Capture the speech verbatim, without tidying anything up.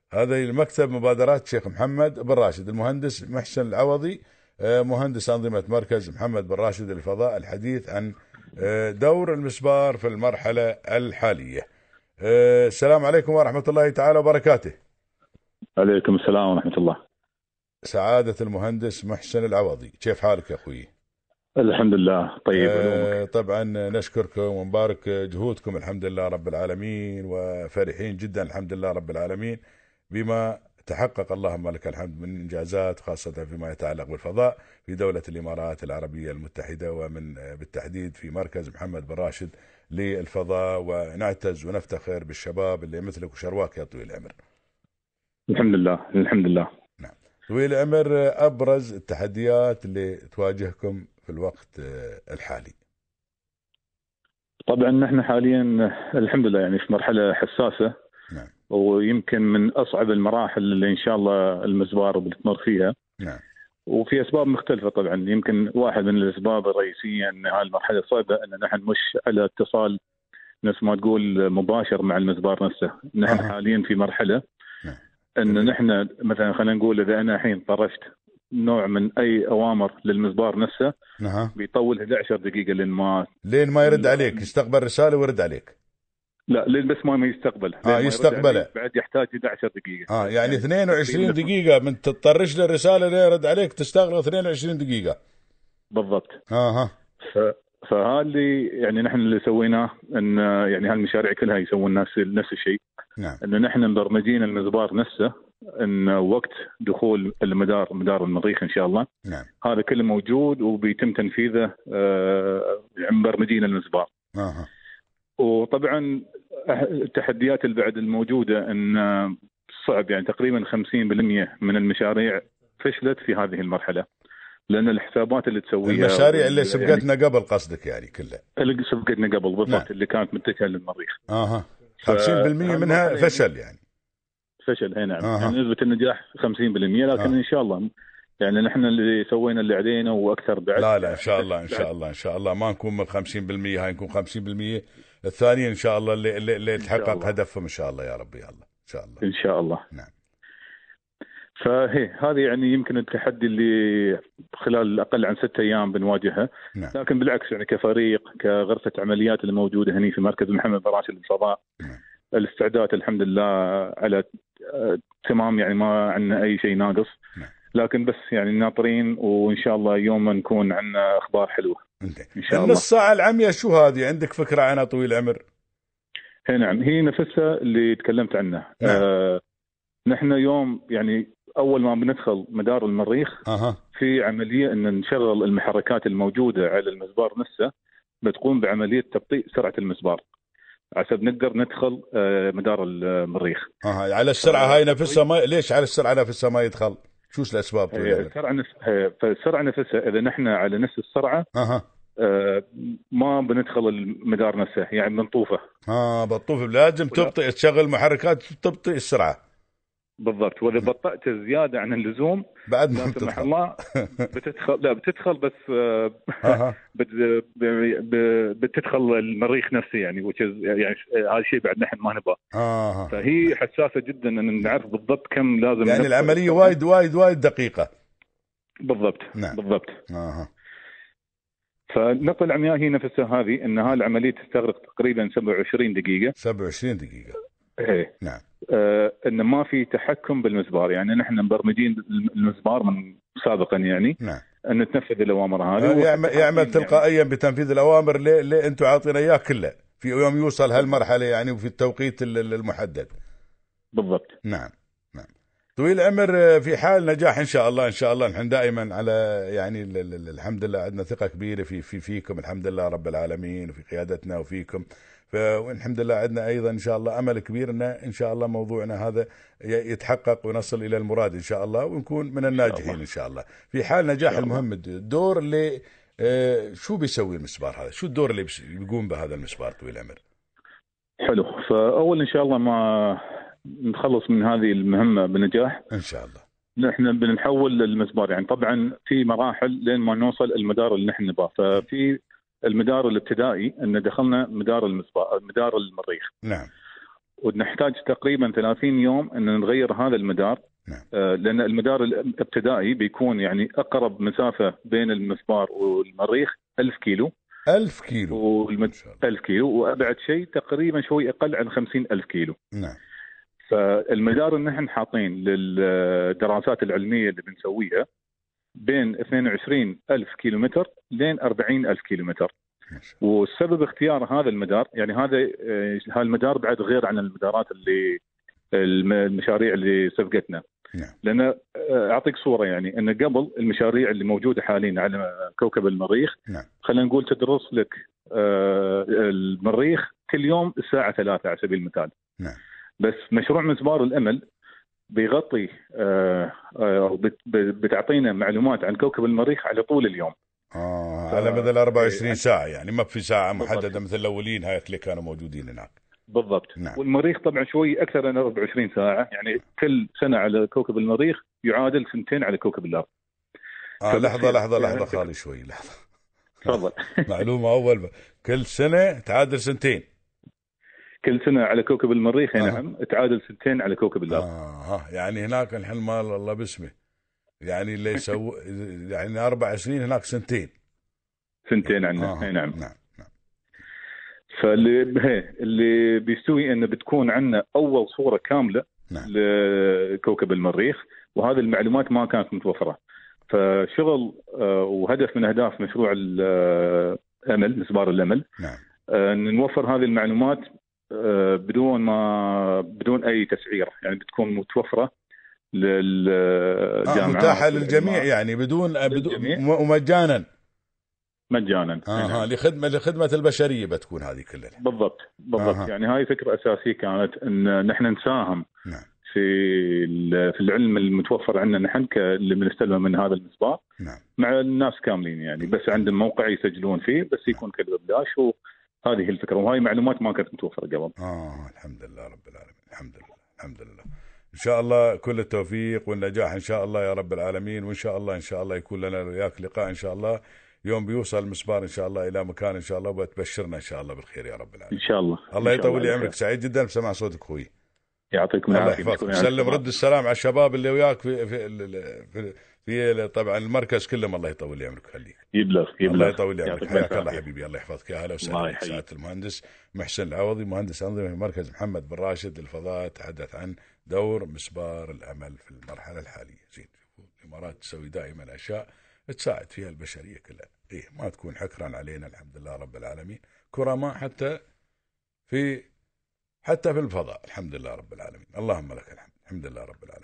هذا المكتب مبادرات الشيخ محمد بن راشد، المهندس محسن العوضي، آه، مهندس أنظمة مركز محمد بن راشد للفضاء، الحديث عن آه، دور المسبار في المرحلة الحالية. آه، السلام عليكم ورحمة الله تعالى وبركاته. عليكم السلام ورحمة الله. سعادة المهندس محسن العوضي، كيف حالك يا أخوي؟ الحمد لله طيب آه، علومك. طبعا نشكركم ونبارك جهودكم الحمد لله رب العالمين، وفرحين جدا الحمد لله رب العالمين بما تحقق اللهم لك الحمد من إنجازات، خاصة فيما يتعلق بالفضاء في دولة الإمارات العربية المتحدة، ومن بالتحديد في مركز محمد بن راشد للفضاء. ونعتز ونفتخر بالشباب اللي مثلك وشرواك يا طويل العمر. الحمد لله الحمد لله. نعم. طويل العمر، أبرز التحديات اللي تواجهكم في الوقت الحالي؟ طبعا نحن حاليا الحمد لله يعني في مرحلة حساسة. نعم. ويمكن من أصعب المراحل اللي إن شاء الله المسبار بتمر فيها. نعم. وفي أسباب مختلفة طبعا. يمكن واحد من الأسباب الرئيسية أن هذه المرحلة صعبة، أن نحن مش على اتصال نفس ما تقول مباشر مع المسبار نفسه. نحن أه. حاليا في مرحلة نعم. ان نحن مثلا خلينا نقول اذا انا الحين طرشت نوع من اي اوامر للمسبار نفسه، نعم. بيطول احد عشر دقيقه لين ما لين ما يرد عليك، يستقبل رساله ويرد عليك. لا لين بس ما ما يستقبل، لين اه ما يستقبله بعد يحتاج احد عشر دقيقه. اه يعني يعني اثنين وعشرين دقيقه من تطرش له الرساله لين يرد عليك تستغرق اثنين وعشرين دقيقه بالضبط. اها. ف... فهذا اللي يعني نحن اللي سويناه، ان يعني هالمشاريع كلها يسوون نفس نفس الشيء. نعم. ان نحن مبرمجين المسبار نفسه ان وقت دخول المدار مدار المريخ ان شاء الله. نعم. هذا كله موجود وبيتم تنفيذه آه مبرمجين المسبار. اها. وطبعا التحديات اللي بعد الموجوده ان صعب، يعني تقريبا خمسين بالمئة من المشاريع فشلت في هذه المرحله، لان الحسابات اللي تسويها المشاريع اللي يعني سبقتنا قبل قصدك يعني كلها اللي سبقتنا قبل بالضبط. نعم. اللي كانت متجهه للمريخ. اها. خمسين بالمئة منها فشل يعني. فشل هي نعم. أه. يعني نسبة النجاح خمسين بالمئة، لكن أه. إن شاء الله يعني نحن اللي سوينا اللي علينا وأكثر بعد. لا لا إن شاء الله إن شاء الله إن شاء الله ما نكون من خمسين بالمئة، هاي نكون خمسين بالمئة الثانيين إن شاء الله اللي اللي, اللي يتحقق هدفهم إن شاء الله يا رب. يا الله إن شاء الله إن شاء الله. نعم. فهي هذه يعني يمكن التحدي اللي خلال أقل عن ستة أيام بنواجهها. نعم. لكن بالعكس يعني كفريق كغرفة عمليات اللي موجودة هنا في مركز محمد بن راشد للفضاء، نعم. الاستعداد الحمد لله على تمام، يعني ما عندنا أي شيء ناقص. نعم. لكن بس يعني ناطرين، وإن شاء الله يوم نكون عندنا أخبار حلوة إن شاء الله. النص ساعة العمية شو هذه؟ عندك فكرة عنها طويل العمر؟ هي نعم، هي نفسها اللي تكلمت عنه. نعم. آه نحن يوم يعني أول ما بندخل مدار المريخ أها. في عملية أن نشغل المحركات الموجودة على المسبار نفسه، بتقوم بعملية تبطيء سرعة المسبار عشان نقدر ندخل آه مدار المريخ. أها. على السرعة هاي نفسها ما ليش على السرعة نفسها ما يدخل؟ شو الأسباب طويل العمر؟ السرعة نفسها، فالسرعة نفسها إذا نحن على نفس السرعة أها. آه ما بندخل المدار نفسه، يعني بنطوفه. اه بطوف لازم تبطئ، تشغل محركات تبطئ السرعة. بالضبط. واذا بطأت زياده عن اللزوم بعد ما لا سمح بتدخل الله بتدخل لا بتدخل بس أها. بت بتدخل المريخ نفسه، يعني يعني هذا الشيء بعد نحن ما نبغى. أها. فهي حساسه جدا ان نعرف بالضبط كم لازم، يعني العملية وايد وايد وايد دقيقة. بالضبط. نعم. بالضبط. أها. فنقل العمياء هي نفسها هذه، ان هاي العمليه تستغرق تقريبا سبعة وعشرين دقيقه. سبعة وعشرين دقيقة. ايه. نعم. آه ان ما في تحكم بالمسبار، يعني نحن مبرمجين المسبار من سابقا يعني. نعم. ان تنفذ الاوامر هذه. آه يعمل, يعمل تلقائيا يعني بتنفيذ الاوامر اللي, اللي انتم عاطينا اياه كله في يوم يوصل هالمرحلة يعني، وفي التوقيت المحدد. بالضبط. نعم. نعم. طويل العمر، في حال نجاح ان شاء الله ان شاء الله نحن دائما على يعني الحمد لله عندنا ثقة كبيرة في في فيكم الحمد لله رب العالمين، وفي قيادتنا وفيكم. فالحمد لله عندنا ايضا ان شاء الله امل كبير ان ان شاء الله موضوعنا هذا يتحقق ونصل الى المراد ان شاء الله، ونكون من الناجحين ان شاء الله. في حال نجاح المهم، الدور اللي آه شو بيسوي المسبار هذا؟ شو الدور اللي بيقوم به هذا المسبار طويل العمر؟ حلو. فاول ان شاء الله ما نخلص من هذه المهمة بنجاح ان شاء الله، نحن بنحول المسبار، يعني طبعا في مراحل لين ما نوصل المدار اللي نحن نبغاه. ففي المدار الابتدائي ان دخلنا مدار المسبار مدار المريخ. نعم. ونحتاج تقريبا ثلاثين يوم ان نغير هذا المدار. نعم. آه لان المدار الابتدائي بيكون يعني اقرب مسافه بين المسبار والمريخ ألف كيلو. ألف كيلو. والمد... ألف كيلو، وابعد شيء تقريبا شوي اقل عن خمسين ألف كيلو. نعم. فالمدار اللي نحن حاطين للدراسات العلميه اللي بنسويها بين اثنين وعشرين ألف كيلومتر لين أربعين ألف كيلومتر. والسبب اختيار هذا المدار يعني هذا هذا المدار بعد غير عن المدارات اللي المشاريع اللي سبقتنا. نعم. لان اعطيك صوره يعني ان قبل المشاريع اللي موجوده حاليا على كوكب المريخ، نعم. خلينا نقول تدرس لك المريخ كل يوم الساعه ثلاثة على سبيل المثال. نعم. بس مشروع مسبار الامل بيغطي أو بتعطينا معلومات عن كوكب المريخ على طول اليوم. اه على مدى أربعة وعشرين يعني ساعه، يعني ما في ساعه محدده بالضبط. مثل الاولين هاي اللي كانوا موجودين هناك. بالضبط. نعم. والمريخ طبعا شوي اكثر من أربعة وعشرين ساعه، يعني كل سنه على كوكب المريخ يعادل سنتين على كوكب الارض. اه لحظه لحظه لحظه خالي شوي لحظه. تفضل. معلومه اول ب... كل سنه تعادل سنتين. كل سنه على كوكب المريخ آه. نعم تعادل سنتين على كوكب الارض. اه يعني هناك الحين مال الله باسمه، يعني اللي يسوي يعني أربع سنين هناك سنتين. سنتين عندنا. آه. نعم. نعم نعم. فاللي هي اللي بيستوي انه بتكون عندنا اول صوره كامله. نعم. لكوكب المريخ، وهذه المعلومات ما كانت متوفره. فشغل وهدف من اهداف مشروع الامل مسبار الامل. نعم. ان نوفر هذه المعلومات بدون ما بدون اي تسعير، يعني بتكون متوفره للجامعات. آه متاحه للجميع يعني بدون بدون ومجانا. مجانا. اه لخدمه لخدمه البشريه بتكون هذه كلها. بالضبط بالضبط. آه. يعني هاي فكره اساسيه كانت ان نحن نساهم. نعم. في في العلم المتوفر عندنا نحن اللي بنستلمه من هذا المسبار. نعم. مع الناس كاملين يعني، بس عندهم موقع يسجلون فيه بس يكون كله ببلاش، وهذه الفكره. وهاي معلومات ما كانت متوفره قبل. اه الحمد لله رب العالمين. الحمد لله الحمد لله. ان شاء الله كل التوفيق والنجاح ان شاء الله يا رب العالمين. وان شاء الله ان شاء الله يكون لنا وياك لقاء ان شاء الله يوم بيوصل المسبار ان شاء الله الى مكان ان شاء الله، وتبشرنا ان شاء الله بالخير يا رب العالمين. ان شاء الله. الله يطول لي عمرك. سعيد جدا بسمع صوتك اخوي. يعطيكم العافيه. الله يحفظك. سلم رد السلام على الشباب اللي وياك في في في, في طبعا المركز كلهم. الله يطول لي عمرك خليك. يبلغ يبلغ. الله يطول لي عمرك. حياك الله حبيبي. الله يحفظك. يا هلا وسهلا. سعاده يحييك. المهندس محسن العوضي مهندس انظمه في مركز محمد بن راشد للفضاء تحدث عن دور مسبار الامل في المرحله الحاليه. زين الامارات تسوي دائما اشياء تساعد فيها البشريه كلها. ايه ما تكون حكرا علينا. الحمد لله رب العالمين كرماء حتى في حتى في الفضاء. الحمد لله رب العالمين. اللهم لك الحمد. الحمد لله رب العالمين.